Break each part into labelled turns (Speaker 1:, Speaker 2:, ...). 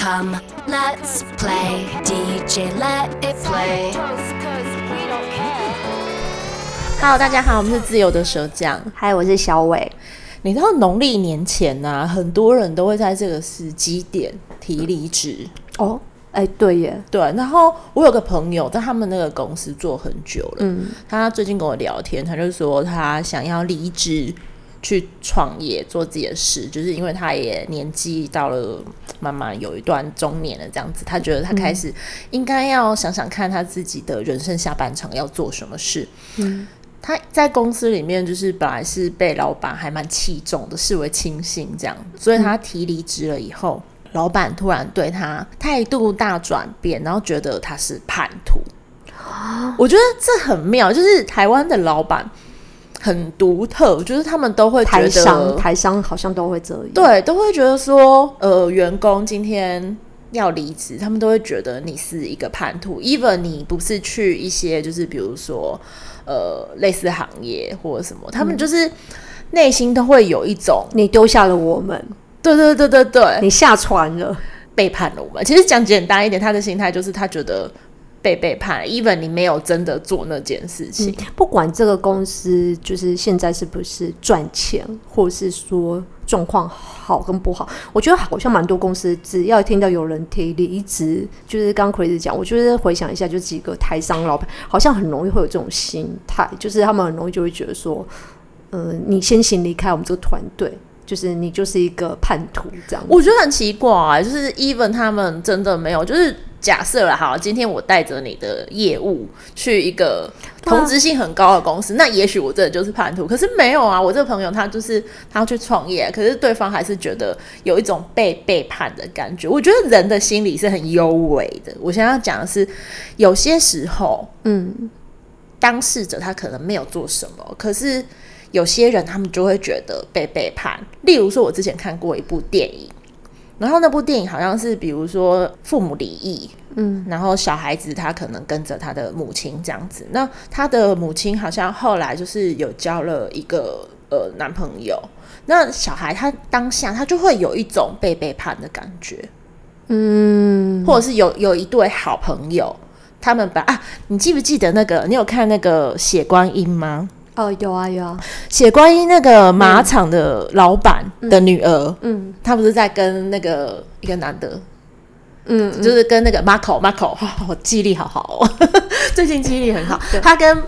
Speaker 1: Come, let's play. DJ, let it play.
Speaker 2: Hello， 大家好，我们是自由的舌酱，
Speaker 3: 嗨，我是小伟。
Speaker 2: 你知道农历年前啊，很多人都会在这个时机点提离职
Speaker 3: 哦。对耶，
Speaker 2: 对。然后我有个朋友在他们那个公司做很久了，他最近跟我聊天，他就说他想要离职去创业做自己的事，就是因为他也年纪到了慢慢有一段中年了这样子，他觉得他开始应该要想想看他自己的人生下半场要做什么事。他在公司里面就是本来是被老板还蛮器重的，视为亲信这样，所以他提离职了以后，老板突然对他态度大转变，然后觉得他是叛徒。我觉得这很妙，就是台湾的老板很独特，就是他们都会觉得
Speaker 3: 台商好像都会这样，
Speaker 2: 对，都会觉得说员工今天要离职，他们都会觉得你是一个叛徒 even 你不是去一些就是比如说类似行业或者什么，他们就是内心都会有一种
Speaker 3: 你丢下了我们，
Speaker 2: 对，
Speaker 3: 你下船了，
Speaker 2: 背叛了我们。其实讲简单一点，他的心态就是他觉得被背叛 even 你没有真的做那件事情。
Speaker 3: 不管这个公司就是现在是不是赚钱，或是说状况好跟不好，我觉得好像蛮多公司只要听到有人提离职，就是刚刚 Chris 讲，我觉得回想一下，就几个台商老板好像很容易会有这种心态，就是他们很容易就会觉得说你先行离开我们这个团队，就是你就是一个叛徒这样。
Speaker 2: 我觉得很奇怪，就是 even 他们真的没有，就是假设了好，今天我带着你的业务去一个同质性很高的公司，那也许我真的就是叛徒。可是没有啊，我这个朋友他就是他要去创业，可是对方还是觉得有一种被背叛的感觉。我觉得人的心理是很幽微的。我现在要讲的是，有些时候，当事者他可能没有做什么，可是有些人他们就会觉得被背叛。例如说，我之前看过一部电影。然后那部电影好像是比如说父母离异，然后小孩子他可能跟着他的母亲这样子，那他的母亲好像后来就是有交了一个男朋友，那小孩他当下他就会有一种被背叛的感觉，或者是有一对好朋友，他们你记不记得那个你有看那个血观音吗？
Speaker 3: 有啊，
Speaker 2: 血观音那个马场的老板的女儿，她不是在跟那个一个男的，就是跟那个 Marco， 我记忆力好好哦，最近记忆力很好。她跟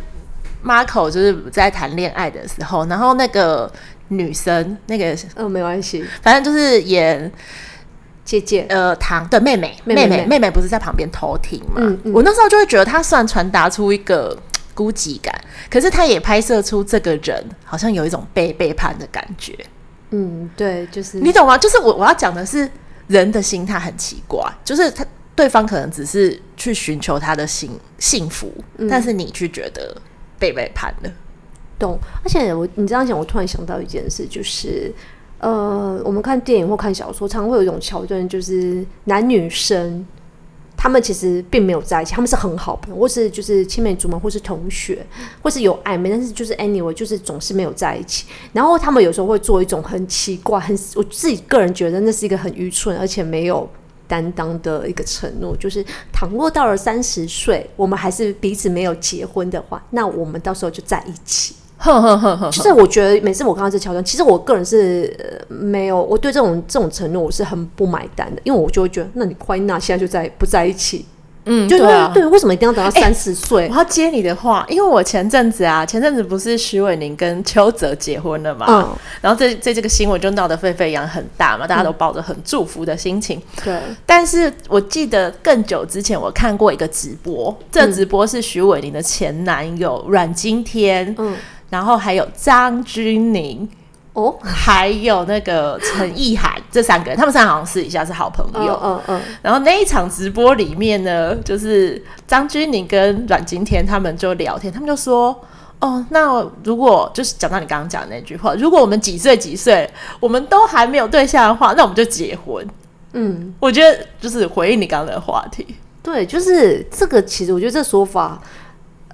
Speaker 2: Marco 就是在谈恋爱的时候，然后那个女生那个
Speaker 3: 没关系，
Speaker 2: 反正就是演
Speaker 3: 姐姐
Speaker 2: 对妹妹不是在旁边偷听嘛？我那时候就会觉得她虽然传达出一个孤寂感，可是他也拍摄出这个人好像有一种被背叛的感觉。
Speaker 3: 对，就是
Speaker 2: 你懂吗？就是我要讲的是人的心态很奇怪，就是对方可能只是去寻求他的幸福，但是你却觉得被背叛了。
Speaker 3: 懂。而且你这样讲，我突然想到一件事，就是我们看电影或看小说，常会有一种桥段，就是男女生他们其实并没有在一起，他们是很好朋友，或是就是青梅竹马，或是同学，或是有暧昧，但是就是 anyway 就是总是没有在一起。然后他们有时候会做一种很奇怪我自己个人觉得那是一个很愚蠢而且没有担当的一个承诺，就是倘若到了30岁我们还是彼此没有结婚的话，那我们到时候就在一起。就是我觉得每次我看到这桥段，其实我个人是没有，我对这种承诺我是很不买单的，因为我就会觉得，那你快那现在就不在一起，对，为什么一定要等到30岁？
Speaker 2: 我要接你的话，因为我前阵子不是徐伟宁跟邱泽结婚了嘛，然后这个新闻就闹得沸沸扬很大嘛，大家都抱着很祝福的心情。
Speaker 3: 对，
Speaker 2: 但是我记得更久之前我看过一个直播，这个直播是徐伟宁的前男友阮经天，然后还有张钧甯，还有那个陈意涵，这3个人，他们3个好像私底下是好朋友。然后那一场直播里面呢，就是张钧甯跟阮经天他们就聊天，他们就说，那如果就是讲到你刚刚讲的那句话，如果我们几岁，我们都还没有对象的话，那我们就结婚。我觉得就是回应你刚刚的话题。
Speaker 3: 对，就是这个，其实我觉得这说法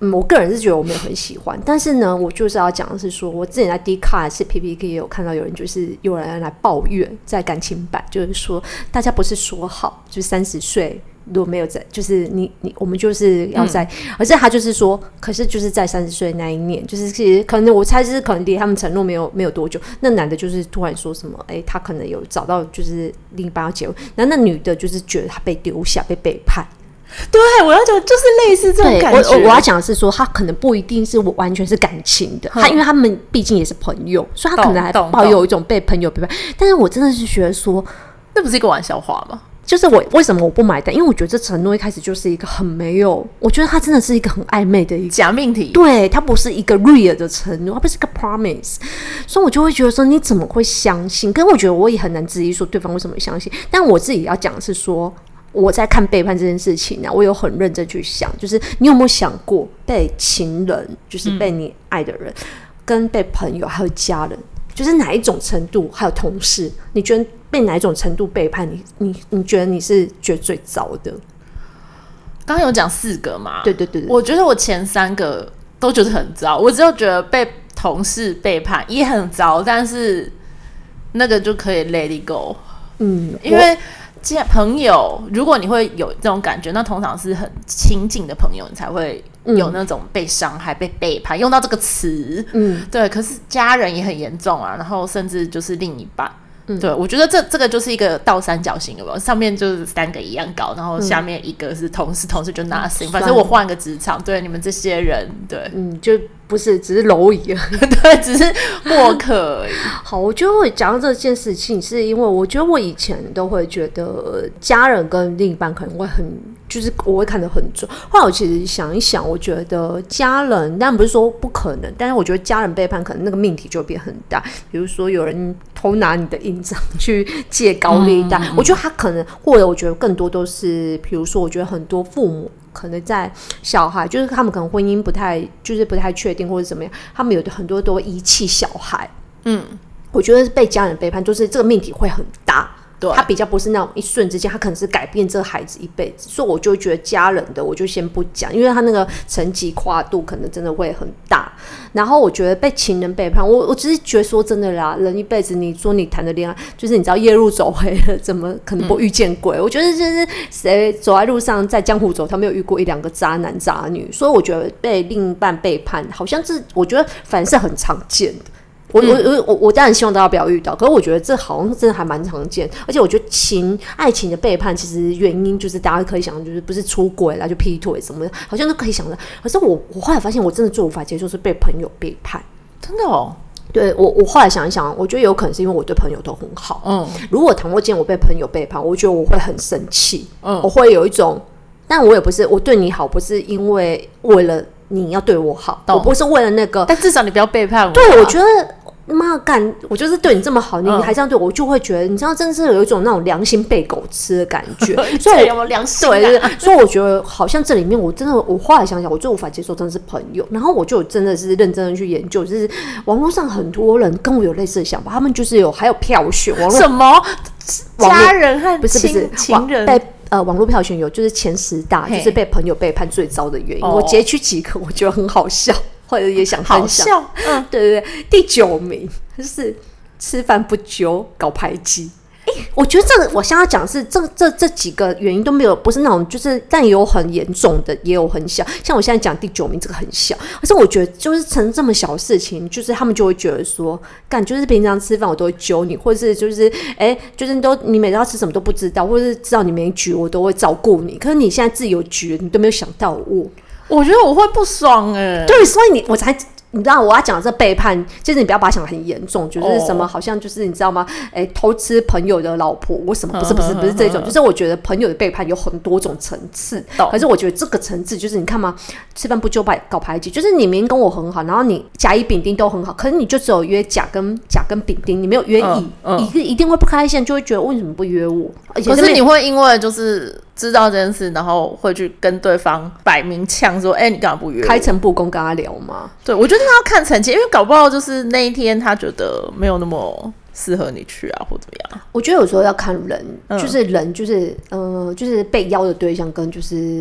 Speaker 3: 我个人是觉得我没有很喜欢，但是呢，我就是要讲的是说，我之前在 Dcard 是 PPT 也有看到有人就是有人来抱怨在感情版，就是说大家不是说好就是30岁如果没有在，就是我们就是要在，而是他就是说，可是就是在30岁那一年，就是其实可能我猜是可能离他们承诺没有多久，那男的就是突然说什么，他可能有找到就是另一半要结婚，然后那女的就是觉得他被丢下被背叛。
Speaker 2: 对，我要讲就是类似这种感觉。
Speaker 3: 我要讲的是说，他可能不一定是完全是感情的，他因为他们毕竟也是朋友，所以他可能还抱有一种被朋友背叛。但是我真的是觉得说，
Speaker 2: 那不是一个玩笑话吗？
Speaker 3: 就是我为什么我不买单？因为我觉得这承诺一开始就是一个很没有，我觉得它真的是一个很暧昧的一个
Speaker 2: 假命题。
Speaker 3: 对，它不是一个 real 的承诺，它不是一个 promise， 所以我就会觉得说，你怎么会相信？跟我觉得我也很难质疑说对方为什么会相信。但我自己要讲的是说，我在看背叛这件事情我有很认真去想，就是你有没有想过，被情人，就是被你爱的人，跟被朋友还有家人，就是哪一种程度，还有同事，你觉得被哪一种程度背叛你觉得你是觉得最糟的？
Speaker 2: 刚刚有讲4个嘛？
Speaker 3: 对对对对，
Speaker 2: 我觉得我前3个都觉得很糟，我只有觉得被同事背叛也很糟，但是那个就可以 let it go。因为朋友，如果你会有这种感觉，那通常是很亲近的朋友，你才会有那种被伤害、被背叛，用到这个词。对。可是家人也很严重啊，然后甚至就是另一半。对，我觉得这个就是一个倒三角形，有没有？上面就是3个一样高，然后下面1个是同事，同事就 nothing。反正我换个职场，对你们这些人，对，
Speaker 3: 就不是只是蝼蚁而已，
Speaker 2: 对，只是过客而已。
Speaker 3: 好，我觉得我讲到这件事情，是因为我觉得我以前都会觉得家人跟另一半可能会很，就是我会看得很重。后来我其实想一想，我觉得家人，当然不是说不可能，但是我觉得家人背叛可能那个命题就会变很大。比如说有人偷拿你的印章去借高利贷，我觉得他可能，或者我觉得更多都是，比如说我觉得很多父母可能在小孩，就是他们可能婚姻不太确定或者怎么样，他们有很多都遗弃小孩。我觉得被家人背叛，就是这个命题会很大。他比较不是那种一瞬之间，他可能是改变这个孩子一辈子，所以我就觉得家人的我就先不讲，因为他那个层级跨度可能真的会很大。然后我觉得被情人背叛，我只是觉得说真的啦，人一辈子你说你谈的恋爱，就是你知道夜路走回了，怎么可能不遇见鬼？我觉得就是谁走在路上在江湖走，他没有遇过1-2个渣男渣女，所以我觉得被另一半背叛，好像是我觉得反正是很常见的。我当然希望大家不要遇到，可是我觉得这好像真的还蛮常见，而且我觉得爱情的背叛，其实原因就是大家可以想，就是不是出轨啦，就劈腿什么的，好像都可以想的。可是我后来发现，我真的最无法接受是被朋友背叛，
Speaker 2: 真的哦。
Speaker 3: 对我后来想一想，我觉得有可能是因为我对朋友都很好。如果倘若今天我被朋友背叛，我觉得我会很生气，我会有一种，但我也不是我对你好，不是因为了你要对我好，我不是为了那个，
Speaker 2: 但至少你不要背叛我。
Speaker 3: 对，我觉得。妈干！我就是对你这么好，你还这样对我，我就会觉得，你知道，真的是有一种那种良心被狗吃的感觉。所以
Speaker 2: 有没有良心？
Speaker 3: 对，所以我觉得好像这里面，我真的，我后来想想，我最无法接受真的是朋友。然后我就真的是认真的去研究，就是网络上很多人跟我有类似的想法，他们就是还有票选网络
Speaker 2: 什么家人和
Speaker 3: 不是
Speaker 2: 情人
Speaker 3: 被网络票选有就是前10大，就是被朋友背叛最糟的原因。我截取几个，我觉得很好笑。或者也想分享，
Speaker 2: 好笑，
Speaker 3: 对对对，第9名就是吃饭不揪，搞排挤。我觉得这个我现在讲的是这几个原因都没有，不是那种就是，但也有很严重的，也有很小。像我现在讲第9名这个很小，可是我觉得就是成这么小的事情，就是他们就会觉得说，干就是平常吃饭我都会揪你，或者是就是就是你每次要吃什么都不知道，或者是知道你没局我都会照顾你，可是你现在自己有局，你都没有想到
Speaker 2: 我觉得我会不爽
Speaker 3: 对，所以我才你知道我要讲的这背叛，就是你不要把它想得很严重，就是什么好像就是你知道吗？偷吃朋友的老婆，为什么不是这种？就是我觉得朋友的背叛有很多种层次，可是我觉得这个层次就是你看嘛，吃饭不揪搞排挤，就是你明明跟我很好，然后你甲乙丙丁都很好，可是你就只有约甲跟丙丁，你没有约乙，一定会不开心，就会觉得为什么不约我？
Speaker 2: 可是你会因为就是知道这件事，然后会去跟对方摆明呛说：“你干嘛不约我？”
Speaker 3: 开诚布公跟他聊吗？
Speaker 2: 对，我觉得他要看层级，因为搞不好就是那一天他觉得没有那么适合你去啊，或怎么样。
Speaker 3: 我觉得有时候要看人，就是人就是就是被邀的对象跟就是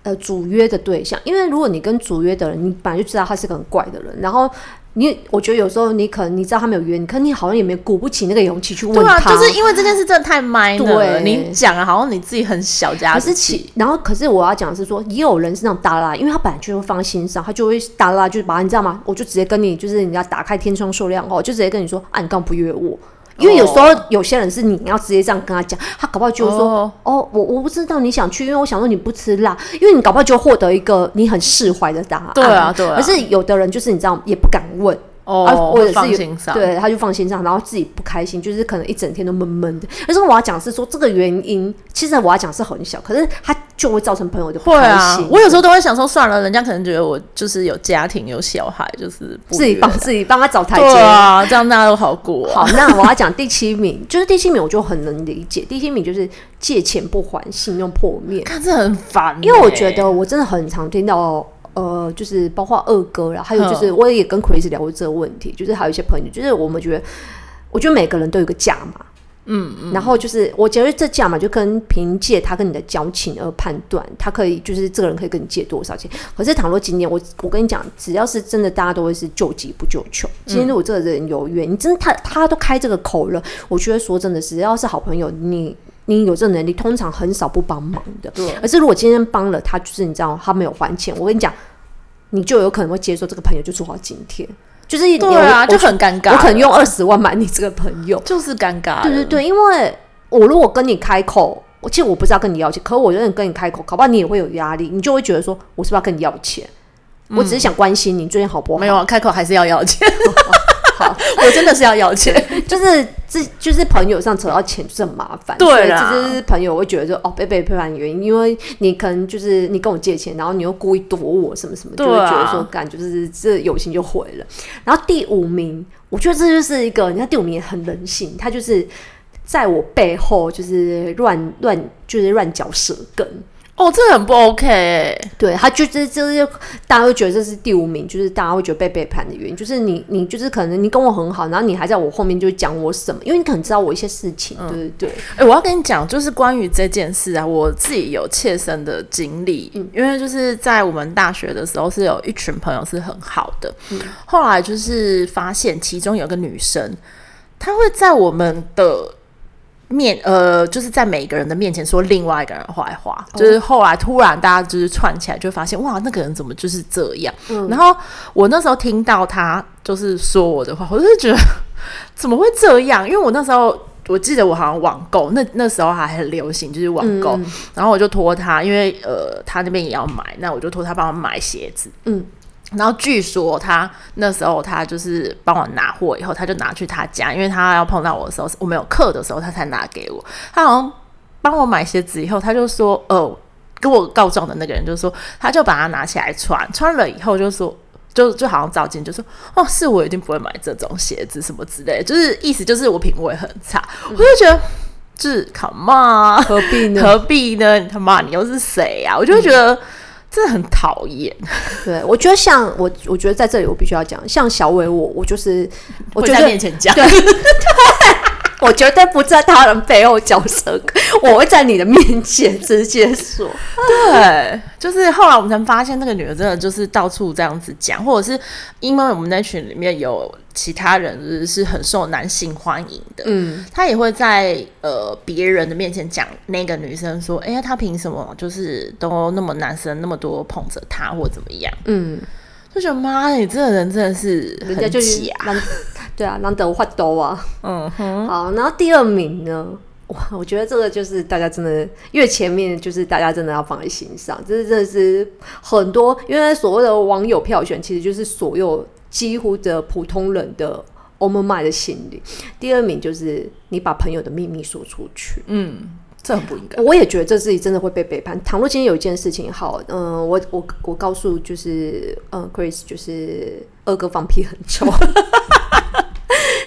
Speaker 3: 主约的对象，因为如果你跟主约的人，你本来就知道他是个很怪的人，然后我觉得有时候你可能你知道他没有约你，可能你好像也没鼓不起那个勇气去问他。
Speaker 2: 对啊，就是因为这件事真的太 minor 了，你讲啊，好像你自己很小家子气。
Speaker 3: 可是我要讲的是说，也有人是那种大拉，因为他本来就会放在心上，他就会大拉，就是把你知道吗？我就直接跟你，就是你要打开天窗说亮话，我就直接跟你说啊，你干嘛不约我？因为有时候有些人是你要直接这样跟他讲，他搞不好就会说我不知道你想去，因为我想说你不吃辣，因为你搞不好就获得一个你很释怀的答案。
Speaker 2: 对啊，对啊。
Speaker 3: 可是有的人就是你知道也不敢问。
Speaker 2: 或者是放心上，
Speaker 3: 对，他就放心上，然后自己不开心，就是可能一整天都闷闷的。可是我要讲是说这个原因，其实我要讲是很小，可是他就会造成朋友的不开心。
Speaker 2: 啊，我有时候都会想说，算了，人家可能觉得我就是有家庭有小孩，就是
Speaker 3: 自己帮他找台阶。
Speaker 2: 对啊，这样大家都好过
Speaker 3: 好，那我要讲第7名，就是第7名我就很能理解，第7名就是借钱不还，信用破灭。
Speaker 2: 看这很烦
Speaker 3: 因为我觉得我真的很常听到。就是包括二哥啦，还有就是我也跟 Chris 聊过这个问题，就是还有一些朋友，就是我觉得每个人都有个价码，然后就是我觉得这价码就跟凭借他跟你的交情而判断，他可以就是这个人可以跟你借多少钱。可是倘若今天我跟你讲，只要是真的，大家都会是救急不救穷。今天如果这个人有缘，你真的他都开这个口了，我觉得说真的是，只要是好朋友，你有这个能力，通常很少不帮忙的。而是如果今天帮了他，就是你知道他没有还钱，我跟你讲，你就有可能会接受这个朋友就做好今天。就是
Speaker 2: 对啊，就很尴尬。
Speaker 3: 我可能用20万买你这个朋友，
Speaker 2: 就是尴尬。
Speaker 3: 对对对，因为我如果跟你开口，其实我不是要跟你要钱，可我有点跟你开口，搞不好你也会有压力，你就会觉得说，我是不是要跟你要钱？我只是想关心你最近好不好？
Speaker 2: 没有，开口还是要钱。好，我真的是要钱，
Speaker 3: 就是朋友上扯到钱就是很麻烦，
Speaker 2: 对啦，
Speaker 3: 就是朋友会觉得说被背叛的原因，因为你可能就是你跟我借钱，然后你又故意躲我什么什么，就会觉得说干就是这友情就毁了。然后第5名，我觉得这就是一个，你看第5名也很人性，他就是在我背后就是乱嚼舌根。
Speaker 2: 这很不 OK 欸。
Speaker 3: 对，他就是大家会觉得这是第5名，就是大家会觉得被背叛的原因，就是你就是可能你跟我很好，然后你还在我后面就讲我什么，因为你可能知道我一些事情，对对对。
Speaker 2: 我要跟你讲，就是关于这件事啊，我自己有切身的经历，因为就是在我们大学的时候是有一群朋友是很好的，后来就是发现其中有个女生，她会在我们的就是在每个人的面前说另外一个人的坏话，就是后来突然大家就是串起来，就发现哇，那个人怎么就是这样？然后我那时候听到他就是说我的话，我就觉得怎么会这样？因为我那时候我记得我好像网购，那时候还很流行，就是网购，然后我就托他，因为他那边也要买，那我就托他帮我买鞋子，然后据说他那时候他就是帮我拿货以后，他就拿去他家，因为他要碰到我的时候，我们有课的时候他才拿给我。他好像帮我买鞋子以后，他就说跟我告状的那个人就说，他就把它拿起来穿了以后就说就好像照镜就说是我一定不会买这种鞋子什么之类的，就是意思就是我品味很差。我就觉得就是come on，何必呢？你他妈你又是谁啊？我就会觉得真的很讨厌。
Speaker 3: 对，我觉得像我觉得在这里我必须要讲，像小伟我就是
Speaker 2: 会在面前讲，
Speaker 3: 对，我绝对不在他人背后嚼舌根，我会在你的面前直接说。
Speaker 2: 对，就是后来我们才发现那个女的真的就是到处这样子讲，或者是因为我们那群里面有其他人是很受男性欢迎的，他也会在别人的面前讲那个女生说，她凭什么就是都那么男生那么多捧着她或怎么样，就觉得妈，你这个人真的是很假，人家就是
Speaker 3: 对啊，难得发抖啊。好，然后第2名呢？我觉得这个就是大家真的越前面，就是大家真的要放在心上，这真的是很多，因为所谓的网友票选，其实就是所有几乎的普通人的 on my mind 的心理。第2名就是你把朋友的秘密说出去，
Speaker 2: 这很不应该。
Speaker 3: 我也觉得这自己真的会被背叛。倘若今天有一件事情，好，我告诉就是Chris， 就是二哥放屁很臭。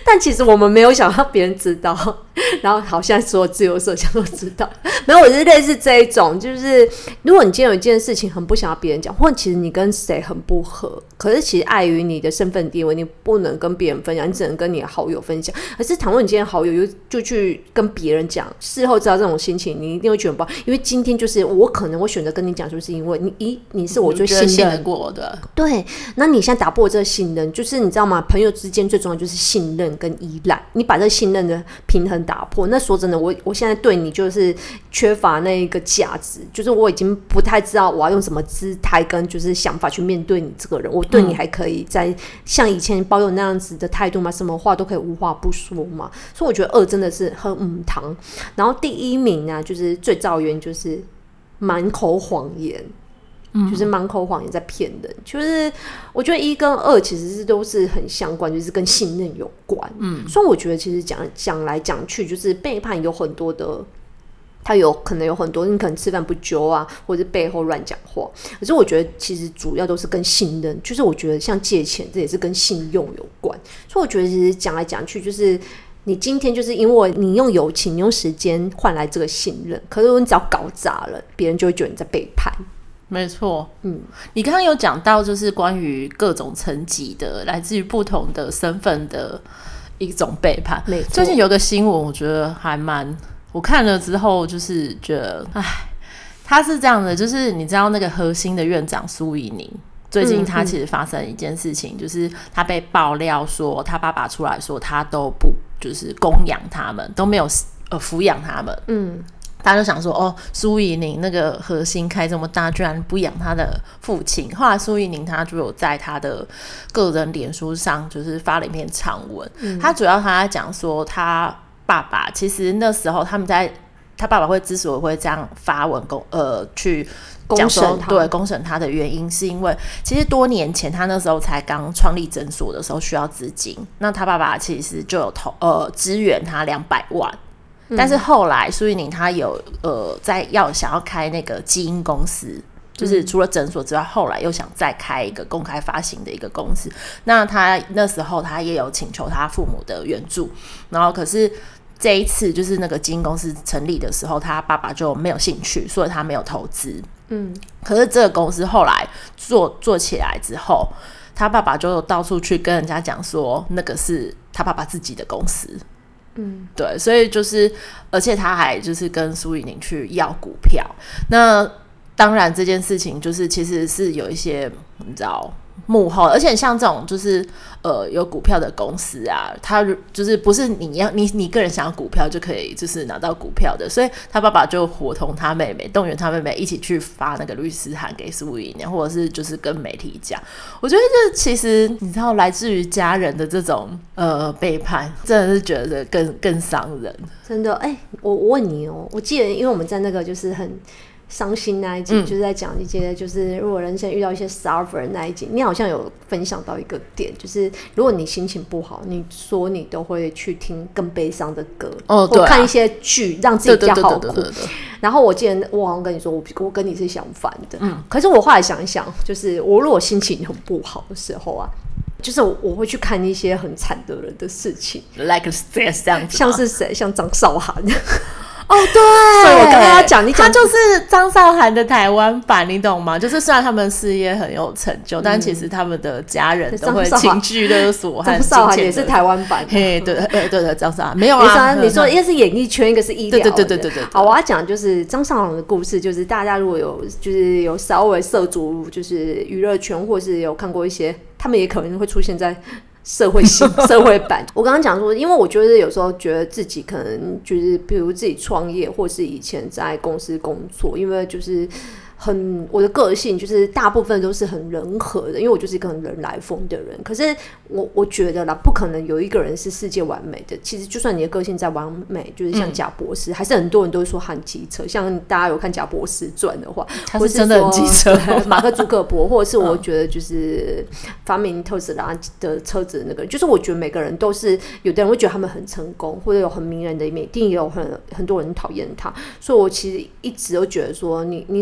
Speaker 3: 但其实我们没有想让别人知道，然后好像所有自由社长都知道。没有，我是类似这一种，就是如果你今天有一件事情很不想要别人讲，或者其实你跟谁很不合，可是其实碍于你的身份地位，你不能跟别人分享，你只能跟你的好友分享。可是倘若你今天好友就去跟别人讲，事后知道这种心情，你一定会觉得不好，因为今天就是我可能会选择跟你讲，就是因为你是我最信任
Speaker 2: 过的，
Speaker 3: 对。那你现在打破这个信任，就是你知道吗？朋友之间最重要就是信任跟依赖，你把这个信任的平衡打破，那说真的，我现在对你就是缺乏那一个价值，就是我已经不太知道我要用什么姿态跟就是想法去面对你这个人。我对你还可以再像以前保有那样子的态度吗？什么话都可以无话不说嘛。所以我觉得2真的是很糖。然后第1名呢，就是最造原因就是满口谎言。就是满口谎言在骗人，就是我觉得1跟2其实都是很相关，就是跟信任有关。所以我觉得其实讲来讲去，就是背叛有很多的，他可能有很多，你可能吃饭不揪啊，或者是背后乱讲话。可是我觉得其实主要都是跟信任，就是我觉得像借钱，这也是跟信用有关。所以我觉得其实讲来讲去，就是你今天就是因为你用友情、你用时间换来这个信任，可是你只要搞砸了，别人就会觉得你在背叛。
Speaker 2: 没错，你刚刚有讲到就是关于各种层级的，来自于不同的身份的一种背叛。
Speaker 3: 没错，
Speaker 2: 最近有个新闻，我觉得还我看了之后就是觉得，他是这样的，就是你知道那个核心的院长苏怡宁，最近他其实发生一件事情，就是他被爆料说他爸爸出来说他都不就是供养他们，都没有抚养他们。他就想说，苏怡宁那个核心开这么大，居然不养他的父亲。后来苏怡宁他就有在他的个人脸书上就是发了一篇长文，他主要他在讲说他爸爸其实那时候他爸爸之所以会这样发文去讲说对公审他的原因，是因为其实多年前他那时候才刚创立诊所的时候需要资金，那他爸爸其实就有支援他200万。但是后来苏怡宁他有想要开那个基因公司，就是除了诊所之外，后来又想再开一个公开发行的一个公司。那他那时候他也有请求他父母的援助，然后可是这一次就是那个基因公司成立的时候，他爸爸就没有兴趣，所以他没有投资。可是这个公司后来做起来之后，他爸爸就到处去跟人家讲说，那个是他爸爸自己的公司。对，所以就是而且他还就是跟苏怡宁去要股票。那当然这件事情就是其实是有一些你知道幕后，而且像这种就是有股票的公司啊，他就是不是你个人想要股票就可以就是拿到股票的，所以他爸爸就伙同他妹妹，动员他妹妹一起去发那个律师函给苏怡宁，或者是就是跟媒体讲。我觉得这其实你知道来自于家人的这种背叛，真的是觉得更伤人。
Speaker 3: 真的，我问你我记得因为我们在那个就是很伤心那一集，就是在讲一些就是如果人生遇到一些 suffer 那一集，你好像有分享到一个点，就是如果你心情不好，你说你都会去听更悲伤的歌，或看一些剧让自己比较好哭。然后我记得我好像跟你说我跟你是相反的，可是我后来想一想，就是我如果心情很不好的时候啊，就是我会去看一些很惨的人的事情
Speaker 2: ，like this 这样子，
Speaker 3: 像是谁，像张韶涵。
Speaker 2: 对，
Speaker 3: 所以我刚刚要讲，
Speaker 2: 他就是张韶涵的台湾版，你懂吗？就是虽然他们事业很有成就，但其实他们的家人都会情绪勒索和金钱。
Speaker 3: 张韶涵也是台湾版，
Speaker 2: 对，张韶涵没有啊。
Speaker 3: 你说一个是演艺圈，一个是医疗，
Speaker 2: 对。
Speaker 3: 好，我要讲就是张韶涵的故事，就是大家如果有稍微涉足就是娱乐圈，或是有看过一些，他们也可能会出现在社会版。我刚刚讲说，因为我觉得有时候觉得自己可能就是比如自己创业，或是以前在公司工作，因为就是我的个性就是大部分都是很人和的，因为我就是一个很人来疯的人。可是我觉得啦，不可能有一个人是世界完美的。其实就算你的个性再完美，就是像贾博士，还是很多人都会说他很机车。像大家有看贾博士传的话，
Speaker 2: 他是真的很机车。
Speaker 3: 马克·祖克伯，或者是我觉得就是发明特斯拉的车子的那个人，就是我觉得每个人都是，有的人会觉得他们很成功，或者有很迷人的一面，一定也有很多人讨厌他。所以我其实一直都觉得说，你很难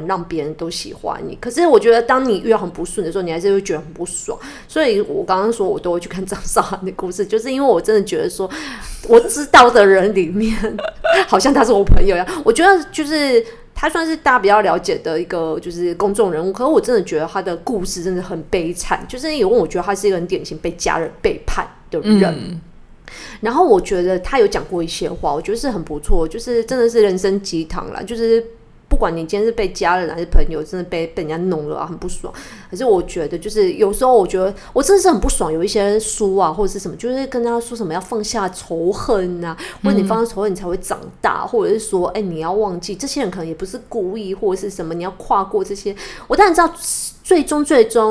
Speaker 3: 让别人都喜欢你。可是我觉得当你遇到很不顺的时候，你还是会觉得很不爽。所以我刚刚说我都会去看张韶涵的故事，就是因为我真的觉得说我知道的人里面好像他是我朋友一样，我觉得就是他算是大家比较了解的一个就是公众人物，可是我真的觉得他的故事真的很悲惨，就是因为我觉得他是一个很典型被家人背叛的人。然后我觉得他有讲过一些话，我觉得是很不错，就是真的是人生鸡汤啦，就是不管你今天是被家人还是朋友，真的被人家弄了很不爽。可是我觉得就是有时候我觉得我真的是很不爽，有一些书啊或者是什么，就是跟大家说什么要放下仇恨啊，或者你放下仇恨你才会长大，或者是说你要忘记这些人可能也不是故意或者是什么，你要跨过这些。我当然知道最终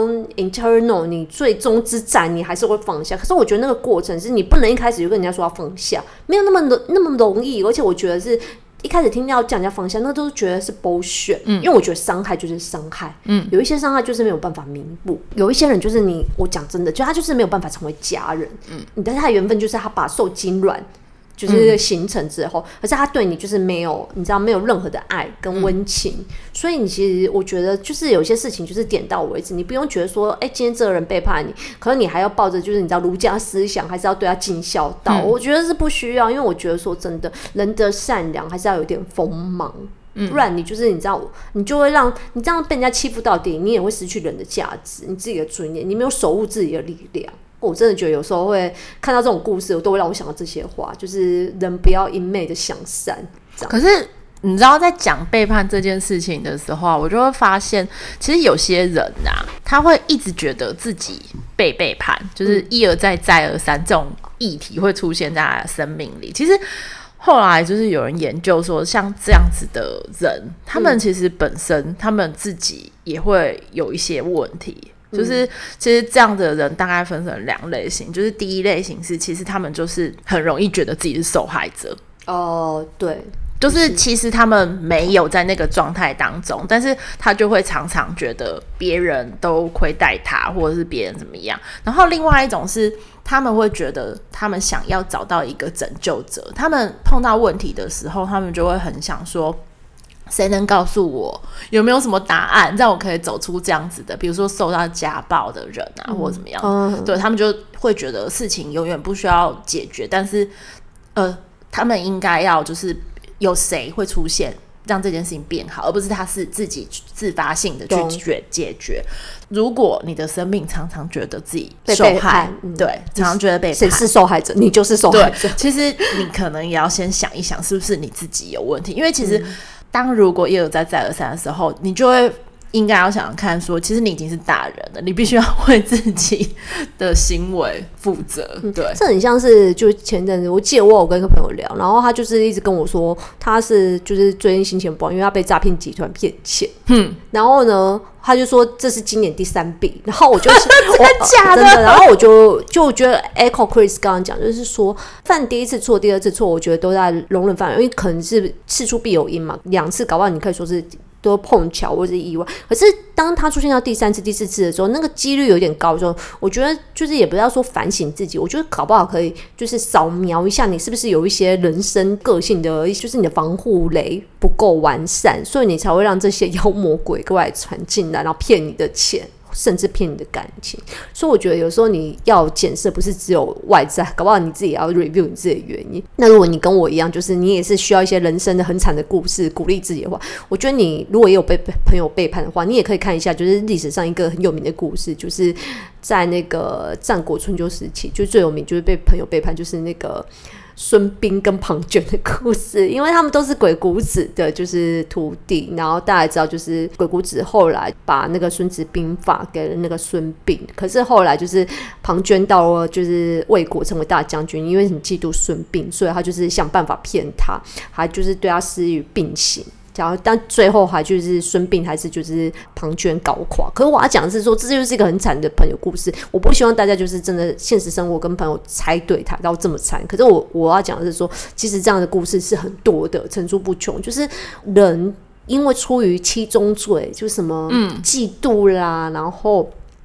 Speaker 3: internal 你最终之战你还是会放下，可是我觉得那个过程是你不能一开始就跟人家说要放下，没有那么容易。而且我觉得是一开始听到叫人家放下，那都是觉得是 bullshit，因为我觉得伤害就是伤害，有一些伤害就是没有办法弥补，有一些人就是我讲真的，就他就是没有办法成为家人，你跟他的缘分就是他把受精卵就是形成之后，可是他对你就是没有，你知道没有任何的爱跟温情，所以你其实我觉得就是有些事情就是点到为止，你不用觉得说，今天这个人背叛你，可能你还要抱着就是你知道儒家思想，还是要对他尽孝道，我觉得是不需要，因为我觉得说真的，人的善良还是要有点锋芒。不然你就是你知道，你就会让你这样被人家欺负到底，你也会失去人的价值，你自己的尊严，你没有守护自己的力量。我真的觉得有时候会看到这种故事，我都会让我想到这些话，就是人不要一昧的向善。
Speaker 2: 可是你知道，在讲背叛这件事情的时候，我就会发现，其实有些人啊，他会一直觉得自己被背叛，就是一而再再而三这种议题会出现在他的生命里。其实后来就是有人研究说，像这样子的人，他们其实本身他们自己也会有一些问题。就是其实这样的人大概分成两类型，就是第一类型是其实他们就是很容易觉得自己是受害者。
Speaker 3: 对，
Speaker 2: 就是其实他们没有在那个状态当中，但是他就会常常觉得别人都亏待他，或者是别人怎么样。然后另外一种是他们会觉得他们想要找到一个拯救者，他们碰到问题的时候，他们就会很想说，谁能告诉我有没有什么答案让我可以走出这样子的，比如说受到家暴的人啊，或者怎么样。对，他们就会觉得事情永远不需要解决，但是他们应该要就是有谁会出现让这件事情变好，而不是他是自己自发性的去解决。如果你的生命常常觉得自己受害，对，常常觉得被
Speaker 3: 谁是受害者，你就是受害者。
Speaker 2: 其实你可能也要先想一想，是不是你自己有问题，因为其实当如果一而再再而三的时候，你就会应该要想想看说，其实你已经是大人了，你必须要为自己的行为负责。对，
Speaker 3: 这很像是就前阵子我记得我有跟一个朋友聊，然后他就是一直跟我说他是就是最近心情不好，因为他被诈骗集团骗钱。然后呢他就说这是今年第3笔，然后我就真
Speaker 2: 的假的？
Speaker 3: 真的，然后我就觉得 echo Chris 刚刚讲，就是说犯第一次错第二次错，我觉得都在容忍范围，因为可能是事出必有因嘛，2次搞不好你可以说是都碰巧或者是意外，可是当他出现到第3次第4次的时候，那个几率有点高的时候，我觉得就是也不要说反省自己，我觉得搞不好可以就是扫描一下你是不是有一些人生个性的，就是你的防护雷不够完善，所以你才会让这些妖魔鬼怪传进来，然后骗你的钱，甚至骗你的感情。所以我觉得有时候你要检视不是只有外在，搞不好你自己也要 review 你自己的原因。那如果你跟我一样，就是你也是需要一些人生的很惨的故事鼓励自己的话，我觉得你如果也有被朋友背叛的话，你也可以看一下就是历史上一个很有名的故事，就是在那个战国春秋时期，就最有名就是被朋友背叛，就是那个孙膑跟庞涓的故事，因为他们都是鬼谷子的就是徒弟，然后大家也知道就是鬼谷子后来把那个孙子兵法给了那个孙膑，可是后来就是庞涓到了就是魏国成为大将军，因为很嫉妒孙膑，所以他就是想办法骗他，还就是对他施予并刑，然后但最后还就是孙膑还是就是庞涓搞垮。可是我要讲的是说，这就是一个很惨的朋友故事，我不希望大家就是真的现实生活跟朋友猜对他到这么惨。可是我要讲的是说，其实这样的故事是很多的，层出不穷，就是人因为出于七宗罪，就是什么嫉妒啦，然后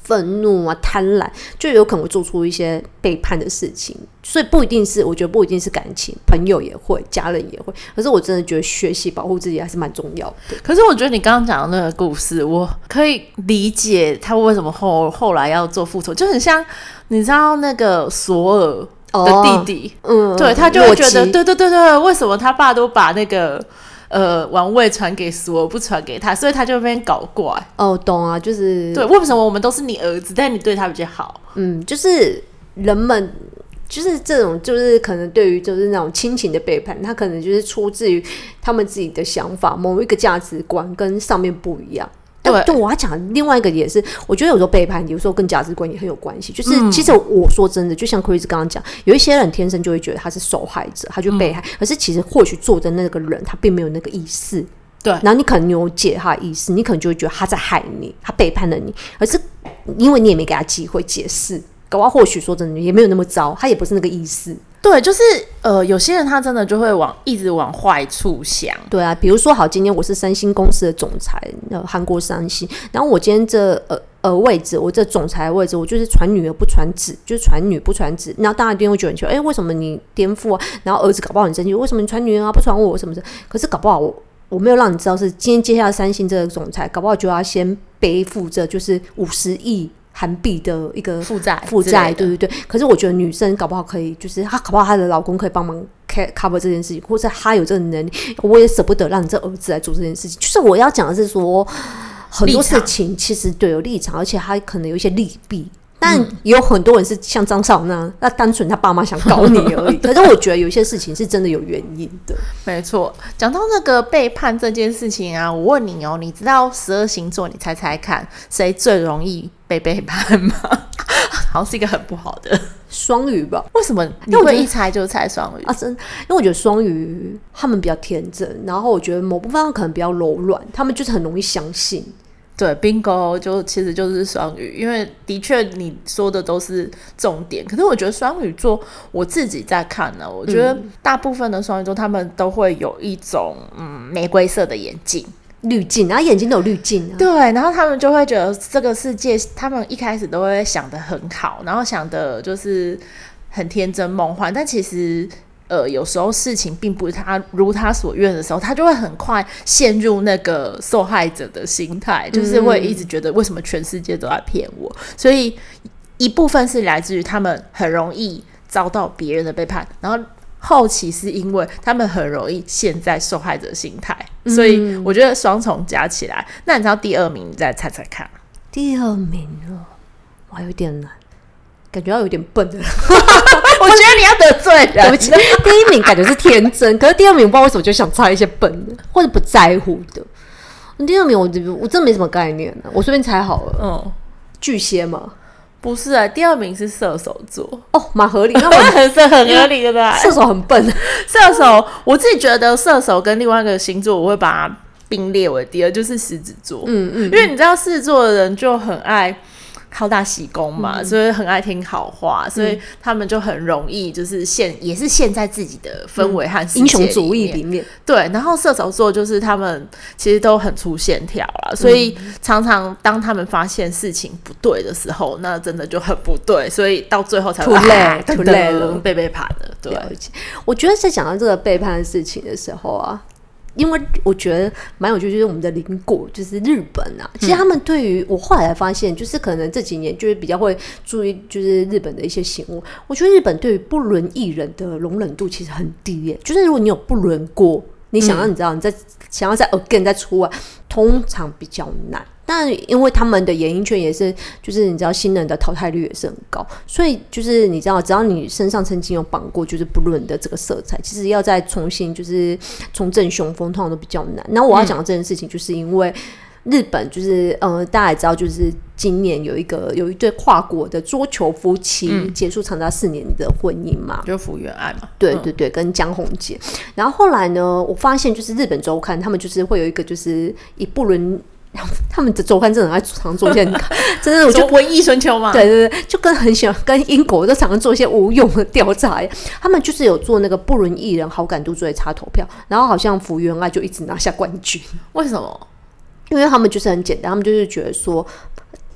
Speaker 3: 愤怒啊、贪婪，就有可能会做出一些背叛的事情。所以不一定是，我觉得不一定是感情，朋友也会，家人也会。可是我真的觉得学习保护自己还是蛮重要的。
Speaker 2: 可是我觉得你刚刚讲的那个故事，我可以理解他为什么后来要做复仇，就很像你知道那个索尔的弟弟，对，他就会觉得，对，为什么他爸都把那个王位传给索尔，不传给他，所以他就被搞怪。
Speaker 3: 懂啊，就是
Speaker 2: 对，为什么我们都是你儿子，但你对他比较好？
Speaker 3: 就是人们。就是这种，就是可能对于就是那种亲情的背叛，他可能就是出自于他们自己的想法，某一个价值观跟上面不一样。对，我要讲另外一个也是，我觉得有时候背叛有时候跟价值观也很有关系。就是其实我说真的，就像 Chris 刚刚讲，有一些人天生就会觉得他是受害者，他就被害，可是其实或许做的那个人他并没有那个意思。
Speaker 2: 对，
Speaker 3: 然后你可能有解他的意思，你可能就会觉得他在害你，他背叛了你，而是因为你也没给他机会解释。搞不好或许说真的也没有那么糟，他也不是那个意思。
Speaker 2: 对，就是有些人他真的就会一直往坏处想。
Speaker 3: 对啊，比如说好，今天我是三星公司的总裁，韩国三星，然后我今天这位置，我这总裁的位置，我就是传女而不传子，就是传女不传子。然后大家一定会觉得很奇怪，为什么你颠覆啊？然后儿子搞不好很生气，为什么你传女儿啊不传我什么的？可是搞不好我没有让你知道是今天接下来三星这个总裁，搞不好就要先背负着就是50亿。韩币的一个
Speaker 2: 负债，
Speaker 3: 对。可是我觉得女生搞不好可以，就是她搞不好她的老公可以帮忙 cover 这件事情，或者她有这个能力，我也舍不得让你这儿子来做这件事情。就是我要讲的是说，很多事情其实对有立场，而且她可能有一些利弊。但也有很多人是像张少那单纯他爸妈想搞你而已。可是我觉得有些事情是真的有原因的。
Speaker 2: 没错，讲到那个背叛这件事情啊，我问你你知道12星座，你猜猜看，谁最容易被背叛吗？好像是一个很不好的
Speaker 3: 双鱼吧？
Speaker 2: 为什么你会一猜就猜双鱼
Speaker 3: 啊？真，因为我觉得双鱼他们比较天真，然后我觉得某部分可能比较柔软，他们就是很容易相信。
Speaker 2: 对 ，bingo 其实就是双鱼，因为的确你说的都是重点。可是我觉得双鱼座，我自己在看呢，我觉得大部分的双鱼座他们都会有一种玫瑰色的眼镜。
Speaker 3: 滤镜，然后眼睛都有滤镜
Speaker 2: 对，然后他们就会觉得这个世界，他们一开始都会想得很好，然后想的就是很天真梦幻，但其实有时候事情并不是如他所愿的时候，他就会很快陷入那个受害者的心态，就是会一直觉得为什么全世界都在骗我。所以一部分是来自于他们很容易遭到别人的背叛，然后后期是因为他们很容易陷在受害者心态，所以我觉得双重加起来。那你知道第2名，你再猜猜看？
Speaker 3: 第2名哇，有点难，感觉要有点笨的。
Speaker 2: 我觉得你要得罪人。
Speaker 3: 对不起，第1名感觉是天真，可是第2名不知道为什么就想猜一些笨的或者不在乎的。第2名我真没什么概念呢，我随便猜好了。巨蟹吗？
Speaker 2: 不是啊，第2名是射手座。
Speaker 3: 蛮合理，那我
Speaker 2: 很合理对不对？
Speaker 3: 射手很笨。
Speaker 2: 射手，我自己觉得射手跟另外一个星座，我会把它并列为第2，就是狮子座。因为你知道狮子座的人就很爱好大喜功嘛，所以很爱听好话，所以他们就很容易就是也是陷在自己的氛围和世界
Speaker 3: 英雄主义里面。
Speaker 2: 对，然后射手座就是他们其实都很粗线条啦，所以常常当他们发现事情不对的时候，那真的就很不对，所以到最后才会
Speaker 3: too late 了，
Speaker 2: 被背叛了。对，
Speaker 3: 我觉得在讲到这个背叛的事情的时候啊，因为我觉得蛮有趣，就是我们的邻国就是日本啊，其实他们对于我后来才发现，就是可能这几年就是比较会注意，就是日本的一些行为。我觉得日本对于不伦艺人的容忍度其实很低耶，就是如果你有不伦过，你想要你知道你想要再 again 再出来，通常比较难。但因为他们的演艺圈也是，就是你知道新人的淘汰率也是很高，所以就是你知道，只要你身上曾经有绑过就是不伦的这个色彩，其实要再重新就是重振雄风，通常都比较难。那我要讲的这件事情，就是因为日本就是大家也知道，就是今年有一对跨国的桌球夫妻结束长达4年的婚姻嘛，
Speaker 2: 就福原爱嘛，
Speaker 3: 对对对，跟江宏杰。然后后来呢，我发现就是日本周刊他们就是会有一个就是以不伦。他们的周刊真的很爱常做一些，真的我就
Speaker 2: 文艺春秋嘛，
Speaker 3: 对对对，就很喜欢跟英国都常常做一些无用的调查。他们就是有做那个不伦艺人好感度最差投票，然后好像福原爱就一直拿下冠军。
Speaker 2: 为什么？
Speaker 3: 因为他们就是很简单，他们就是觉得说，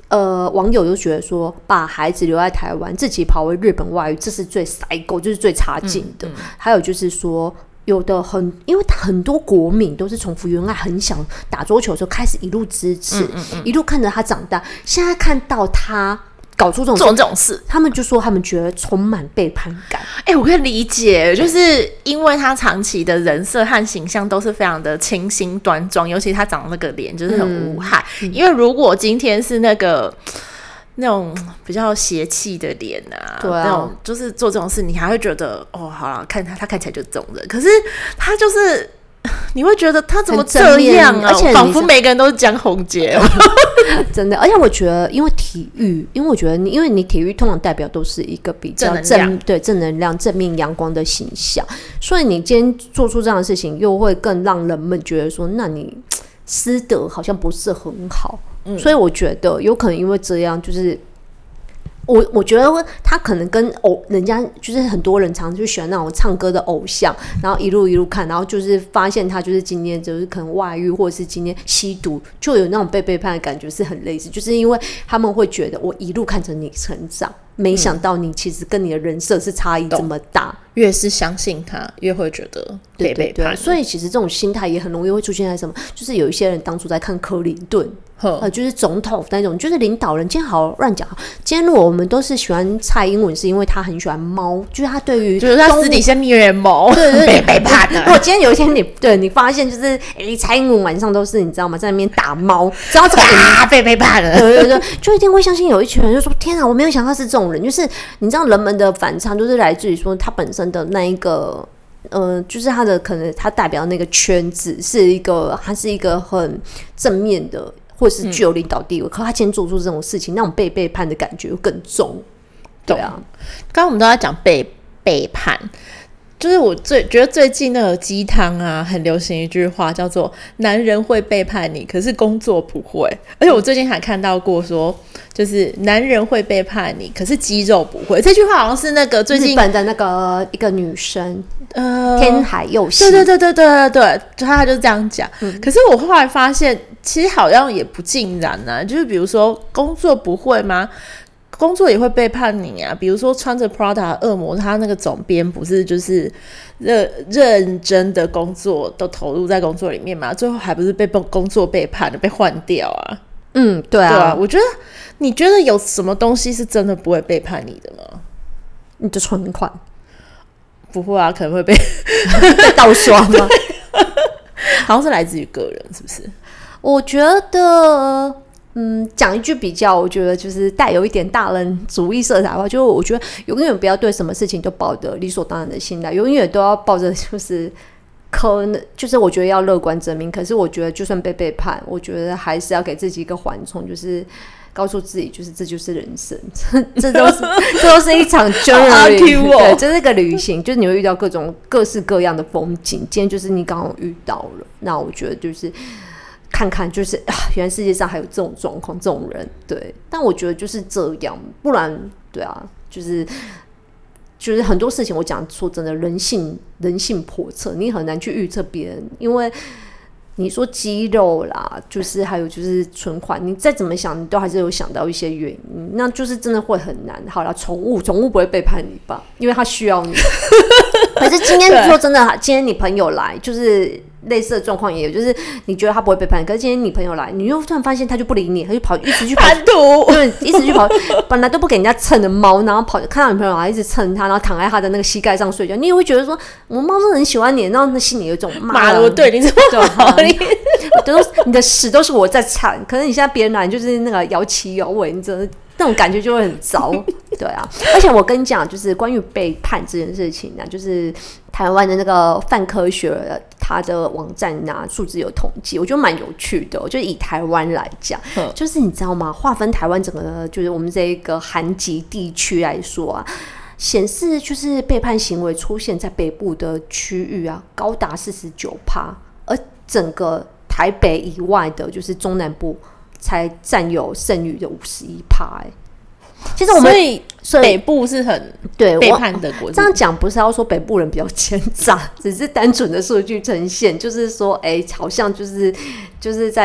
Speaker 3: 网友就觉得说，把孩子留在台湾，自己跑回日本外遇，这是最塞狗，就是最差劲的。还有就是说，有的因为很多国民都是从原来很小打桌球的时候开始一路支持，一路看着他长大，现在看到他搞出这种事，他们就说他们觉得充满背叛感。
Speaker 2: 我可以理解，就是因为他长期的人设和形象都是非常的清新端庄，尤其他长那个脸就是很无害。因为如果今天是那种比较邪气的脸啊，那种就是做这种事，你还会觉得好啦，看他看起来就是这种人，可是他就是。你会觉得他怎么这样啊？而且仿佛每个人都是江宏杰，
Speaker 3: 真的。而且我觉得，因为体育，因为你体育通常代表都是一个比较正能量、正面阳光的形象，所以你今天做出这样的事情，又会更让人们觉得说，那你师德好像不是很好。所以我觉得有可能因为这样，就是。我觉得他可能跟人家就是很多人常就喜欢那种唱歌的偶像，然后一路看，然后就是发现他就是今天就是可能外遇，或者是今天吸毒，就有那种被背叛的感觉，是很类似，就是因为他们会觉得我一路看着你成长，没想到你其实跟你的人设是差异这么大，
Speaker 2: 越是相信他，越会觉得被背叛。
Speaker 3: 对，所以其实这种心态也很容易会出现在什么，就是有一些人当初在看克林顿。就是总统那种，就是领导人。今天好乱讲，今天如果我们都是喜欢蔡英文，是因为他很喜欢猫，就是他对于
Speaker 2: 就是他私底下虐猫，
Speaker 3: 对
Speaker 2: 被背叛的。
Speaker 3: 如果今天有一天你发现就是蔡英文晚上都是你知道吗，在那边打猫，知道这个
Speaker 2: 被背叛了，
Speaker 3: 对，就一定会相信有一群人就说天啊，我没有想到是这种人，就是你知道人们的反差就是来自于说他本身的那一个。就是他的可能他代表那个圈子他是一个很正面的，或是具有领导地位，可他今天做出这种事情，那种被背叛的感觉又更重。对啊，
Speaker 2: 刚刚我们都在讲背叛，就是我觉得最近那个鸡汤啊，很流行一句话叫做"男人会背叛你，可是工作不会"。而且我最近还看到过说，就是男人会背叛你，可是肌肉不会。这句话好像是那个最近
Speaker 3: 日本的那个一个女生，天海佑希，
Speaker 2: 对，就他就是这样讲。可是我后来发现，其实好像也不尽然啊。就是比如说，工作不会吗？工作也会背叛你啊，比如说穿着 Prada 的恶魔，他那个总编不是就是认真的工作都投入在工作里面嘛，最后还不是被工作背叛了，被换掉啊。
Speaker 3: 对啊，
Speaker 2: 我觉得你觉得有什么东西是真的不会背叛你的吗？
Speaker 3: 你的存款
Speaker 2: 不会啊，可能会被
Speaker 3: 盗刷吗？
Speaker 2: 好像是来自于个人，是不是？
Speaker 3: 我觉得讲一句比较，我觉得就是带有一点大人主义色彩的话，就我觉得永远不要对什么事情都抱着理所当然的心态，永远都要抱着就是我觉得要乐观正面。可是我觉得就算被背叛，我觉得还是要给自己一个缓冲，就是告诉自己，就是这就是人生，这都是一场 journey， 对，这是个旅行，就是你会遇到各式各样的风景。今天就是你刚好遇到了，那我觉得就是看看，就是原来世界上还有这种状况，这种人，对。但我觉得就是这样，不然，对啊，就是很多事情，我讲说真的，人性叵测，你很难去预测别人，因为你说肌肉啦，就是还有就是存款，你再怎么想，你都还是有想到一些原因，那就是真的会很难。好啦，宠物不会背叛你吧？因为它需要你。可是今天说真的，今天你朋友来，就是类似的状况也有，就是你觉得他不会背叛你，可是今天你朋友来，你又突然发现他就不理你，他就一直去
Speaker 2: 叛徒，
Speaker 3: 对，一直去跑，本来都不给人家蹭的猫，然后看到你朋友来一直蹭他，然后躺在他的那个膝盖上睡觉，你也会觉得说，我猫真的很喜欢你，然后那心里有一种
Speaker 2: 妈的，我对你这么好，
Speaker 3: 你的屎都是我在铲，可是你现在别人来就是那个摇旗摇尾，你真的那种感觉就会很糟，对啊。而且我跟你讲，就是关于背叛这件事情呢，就是台湾的那个泛科学它的网站啊，数字有统计，我觉得蛮有趣的。就以台湾来讲，就是你知道吗？划分台湾整个就是我们这一个韩籍地区来说啊，显示就是背叛行为出现在北部的区域啊，高达49%，而整个台北以外的，就是中南部才占有剩余的51%。其实我们
Speaker 2: 所以北部是很背叛的国家。
Speaker 3: 这样讲不是要说北部人比较奸诈，只是单纯的数据呈现，就是说，好像就是在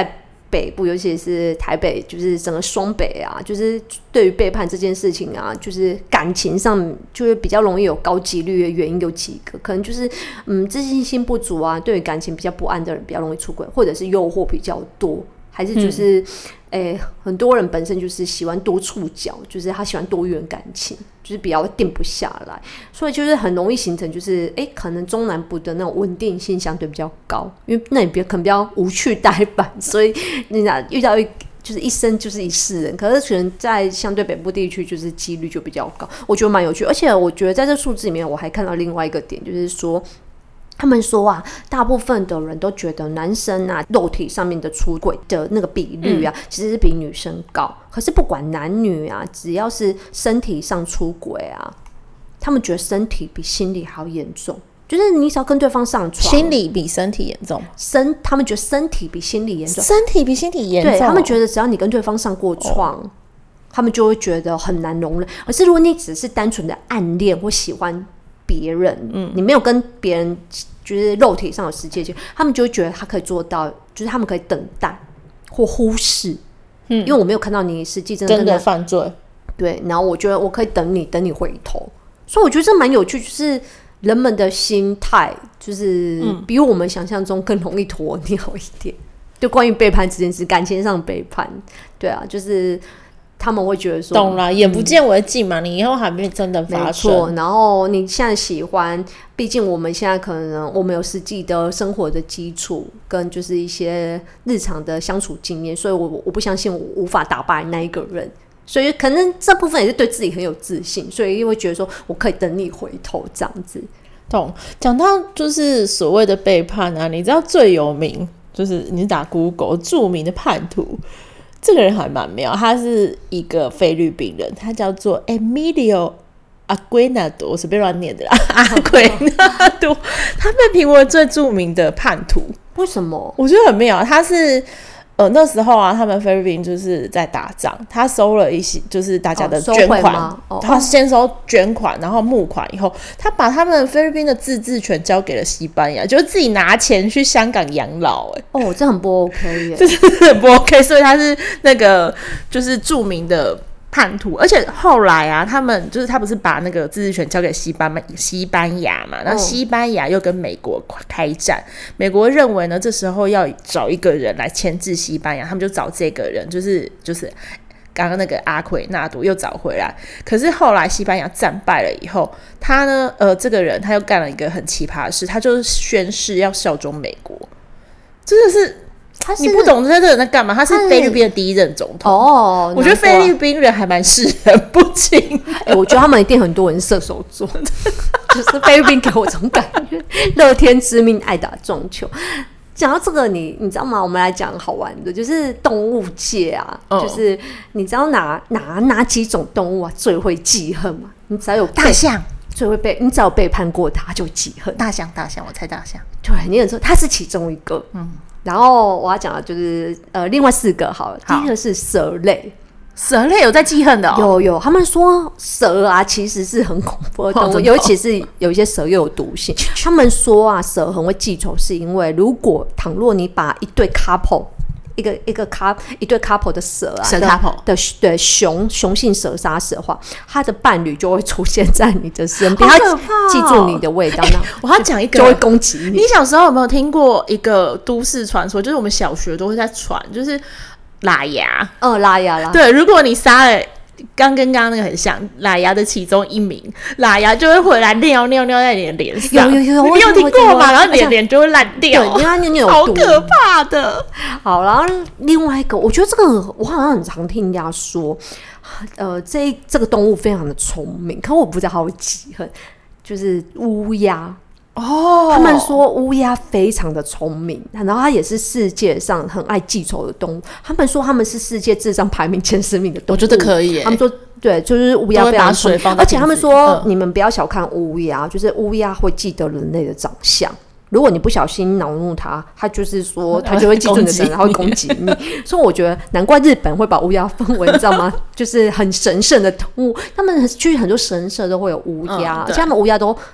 Speaker 3: 北部，尤其是台北，就是整个双北啊，就是对于背叛这件事情啊，就是感情上就是比较容易有高几率的原因有几个，可能就是自信心不足啊，对于感情比较不安的人比较容易出轨，或者是诱惑比较多，还是就是很多人本身就是喜欢多触角，就是他喜欢多元感情，就是比较定不下来，所以就是很容易形成就是可能中南部的那种稳定性相对比较高，因为那里可能比较无趣呆板，所以你遇到就是一生就是一世人，可是可能在相对北部地区就是几率就比较高，我觉得蛮有趣。而且我觉得在这数字里面我还看到另外一个点，就是说他们说啊，大部分的人都觉得男生啊肉体上面的出轨的那个比率啊，其实是比女生高。可是不管男女啊，只要是身体上出轨啊，他们觉得身体比心理还要严重。就是你只要跟对方上床，
Speaker 2: 心理比身体严重，
Speaker 3: 他们觉得身体比心理严重，
Speaker 2: 身体比心理严重，
Speaker 3: 对，他们觉得只要你跟对方上过床，他们就会觉得很难容忍。而是如果你只是单纯的暗恋或喜欢别人，你没有跟别人就是肉体上有实际，他们就会觉得他可以做到，就是他们可以等待或忽视，因为我没有看到你实际真的
Speaker 2: 犯罪，
Speaker 3: 对，然后我觉得我可以等你回头，所以我觉得这蛮有趣，就是人们的心态就是比我们想象中更容易鸵鸟一点。就关于背叛这件事，感情上的背叛，对啊，就是他们会觉得说，
Speaker 2: 懂了，眼不见为净嘛，你以后还没真的发生。
Speaker 3: 没错，然后你现在喜欢，毕竟我们现在可能我们有实际的生活的基础，跟就是一些日常的相处经验，所以我不相信我无法打败那一个人。所以可能这部分也是对自己很有自信，所以会觉得说我可以等你回头这样子。
Speaker 2: 懂。讲到就是所谓的背叛啊，你知道最有名就是你打 Google 著名的叛徒，这个人还蛮妙，他是一个菲律宾人，他叫做 Emilio Aguinaldo， 我随便乱念的啦，阿奎纳多，他被评为最著名的叛徒。
Speaker 3: 为什么？
Speaker 2: 我觉得很妙，他是那时候啊，他们菲律宾就是在打仗，他收了一些就是大家的捐款，他先收捐款，然后募款以后，他把他们菲律宾的自治权交给了西班牙，就是自己拿钱去香港养老。
Speaker 3: 这很不 OK 耶，
Speaker 2: 这是很不 OK， 所以他是那个就是著名的叛徒。而且后来啊，他不是把那个自治权交给西班牙嘛，然后西班牙又跟美国开战，美国认为呢这时候要找一个人来牵制西班牙，他们就找这个人，就是刚刚那个阿奎纳多又找回来。可是后来西班牙战败了以后，他呢这个人他又干了一个很奇葩的事，他就是宣誓要效忠美国。真的是你不懂这个人在干嘛？他是菲律宾的第一任总统我觉得菲律宾人还蛮识人不清
Speaker 3: 我觉得他们一定很多人射手座的就是菲律宾给我这种感觉乐天知命，爱打撞球。讲到这个你知道吗？我们来讲好玩的，就是动物界啊，就是你知道哪几种动物啊最会记恨吗？你只要有
Speaker 2: 大象
Speaker 3: 最会你只要有背叛过他就记恨。
Speaker 2: 大象，我猜大象。
Speaker 3: 对，你有说他是其中一个。然后我要讲的就是另外4个好了。第一个是蛇类。
Speaker 2: 蛇类有在记恨的
Speaker 3: 有，他们说蛇啊其实是很恐怖的动物，尤其是有一些蛇又有毒性。他们说啊，蛇很会记仇，是因为倘若你把一对 couple。一对 couple 的蛇啊，
Speaker 2: 蛇 couple
Speaker 3: 的雄性蛇杀蛇的话，他的伴侣就会出现在你的身边，
Speaker 2: 好可怕
Speaker 3: 记住你的味道。
Speaker 2: 我要讲一个
Speaker 3: 就会攻击你。
Speaker 2: 你小时候有没有听过一个都市传说？就是我们小学都会在传，就是拉牙。
Speaker 3: 拉牙。
Speaker 2: 对，如果你杀了。跟刚刚那个很像，拉牙的其中一名，拉牙就会回来尿在你的脸上。有，你有听过吗？然后脸就会烂掉，
Speaker 3: 对，因为它尿
Speaker 2: 有毒，好可怕的。
Speaker 3: 好，然后另外一个，我觉得这个我好像很常听人家说，这个动物非常的聪明，可我不知道它会记恨，就是乌鸦。他们说乌鸦非常的聪明，然后它也是世界上很爱记仇的动物。他们说他们是世界智商排名前10名的动物。
Speaker 2: 我觉得可以耶。
Speaker 3: 他们说对，就是乌鸦非常聪明，而且他们说你们不要小看乌鸦，就是乌鸦会记得人类的长相。如果你不小心恼怒它，它就是说它就会记住你的人，然后会攻击你。所以我觉得难怪日本会把乌鸦分为，你知道吗？就是很神圣的动物。他们去很多神社都会有乌鸦，而且他们乌鸦都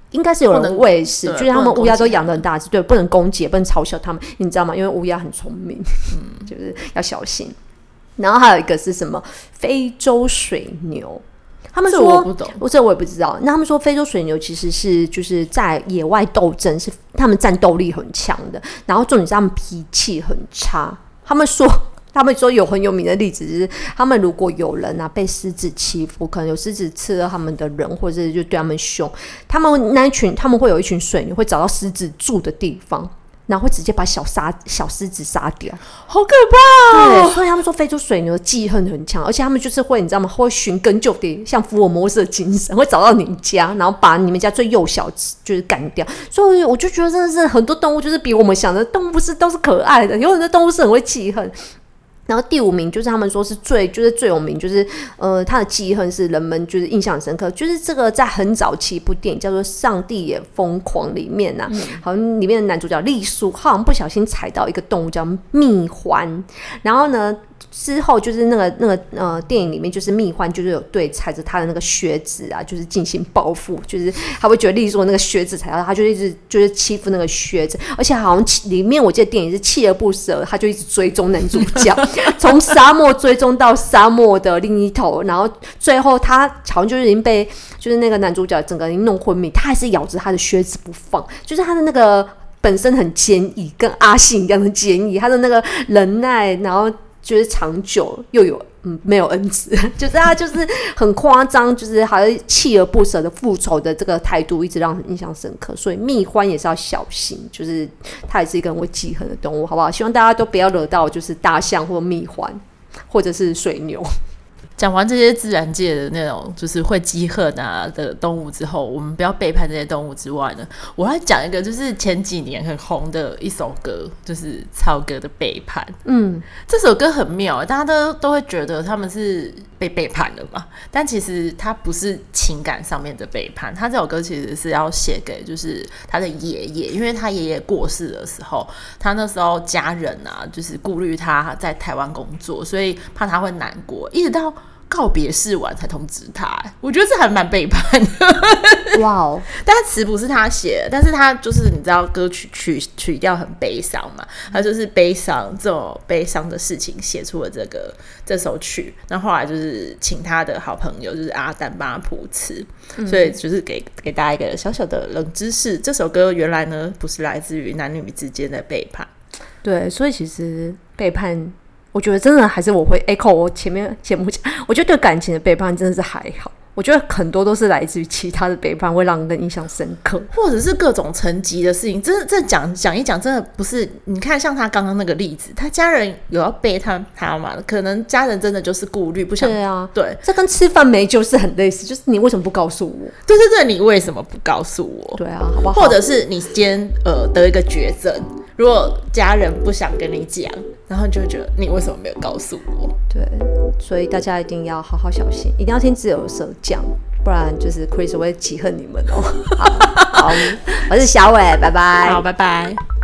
Speaker 3: 应该是有人喂食，
Speaker 2: 对
Speaker 3: 就是他们乌鸦都养得很大只，对，不能攻击，不能嘲笑他们，你知道吗？因为乌鸦很聪明，就是要小心。然后还有一个是什么？非洲水牛。他们说，
Speaker 2: 这我不懂，
Speaker 3: 这我也不知道。那他们说，非洲水牛其实是就是在野外斗争，是他们战斗力很强的，然后重点是他们脾气很差。他们说有很有名的例子，就是他们如果有人被狮子欺负，可能有狮子吃了他们的人，或者是就对他们凶，他们会有一群水牛会找到狮子住的地方。然后会直接把小狮子杀掉，
Speaker 2: 好可怕
Speaker 3: 哦！对，所以他们说非洲水牛的记恨很强，而且他们就是会，你知道吗？会寻根究底，像福尔摩斯的精神，会找到你们家，然后把你们家最幼小就是干掉。所以我就觉得真的是很多动物就是比我们想的动物都是可爱的，有很多动物是很会记恨。然后第5名就是他们说是最有名，就是他的记恨是人们就是印象很深刻，就是这个在很早期一部电影叫做《上帝也疯狂》里面好像里面的男主角丽叔好像不小心踩到一个动物叫蜜獾，然后呢之后就是那个电影里面就是蜜獾就是有对踩着他的那个靴子就是进行报复，就是他会觉得丽叔那个靴子踩到他就一直就是欺负那个靴子，而且好像里面我记得电影是锲而不舍，他就一直追踪男主角从沙漠追踪到沙漠的另一头，然后最后他好像就是已经被就是那个男主角整个人弄昏迷，他还是咬着他的靴子不放，就是他的那个本身很坚毅，跟阿信一样的坚毅，他的那个忍耐，然后就是长久又有没有恩慈，就是他就是很夸张，就是好像锲而不舍的复仇的这个态度，一直让人印象深刻。所以蜜獾也是要小心，就是它也是一个很会记恨的动物，好不好？希望大家都不要惹到就是大象或蜜獾，或者是水牛。
Speaker 2: 讲完这些自然界的那种就是会记恨的动物之后，我们不要背叛这些动物之外呢，我要讲一个就是前几年很红的一首歌，就是曹格的背叛。这首歌很妙，大家都会觉得他们是被背叛了嘛，但其实他不是情感上面的背叛，他这首歌其实是要写给就是他的爷爷，因为他爷爷过世的时候，他那时候家人就是顾虑他在台湾工作，所以怕他会难过，一直到告别式完才通知他。我觉得这还蛮背叛的。
Speaker 3: 哇哦！
Speaker 2: 但是词不是他写的，但是他就是你知道歌曲曲调很悲伤嘛，他就是悲伤这种悲伤的事情写出了这首曲，然后后来就是请他的好朋友就是阿丹帮他谱词，所以就是给大家一个小小的冷知识，这首歌原来呢不是来自于男女之间的背叛。
Speaker 3: 对，所以其实背叛我觉得真的还是我会 echo 我前面节目讲，我觉得对感情的背叛真的是还好，我觉得很多都是来自于其他的背叛会让人印象深刻，
Speaker 2: 或者是各种层级的事情。真的讲一讲，真的不是你看像他刚刚那个例子，他家人有要背他嘛，可能家人真的就是顾虑不想。
Speaker 3: 对啊，
Speaker 2: 对，
Speaker 3: 这跟吃饭没就是很类似，就是你为什么不告诉我？
Speaker 2: 对，你为什么不告诉我？
Speaker 3: 对啊，好不好？
Speaker 2: 或者是你今天得一个绝症，如果家人不想跟你讲，然后你就会觉得你为什么没有告诉我？
Speaker 3: 对，所以大家一定要好好小心，一定要听自由舌讲，不然就是 Chris 会记恨你们哦。好，我是小伟，拜拜。
Speaker 2: 好，拜拜。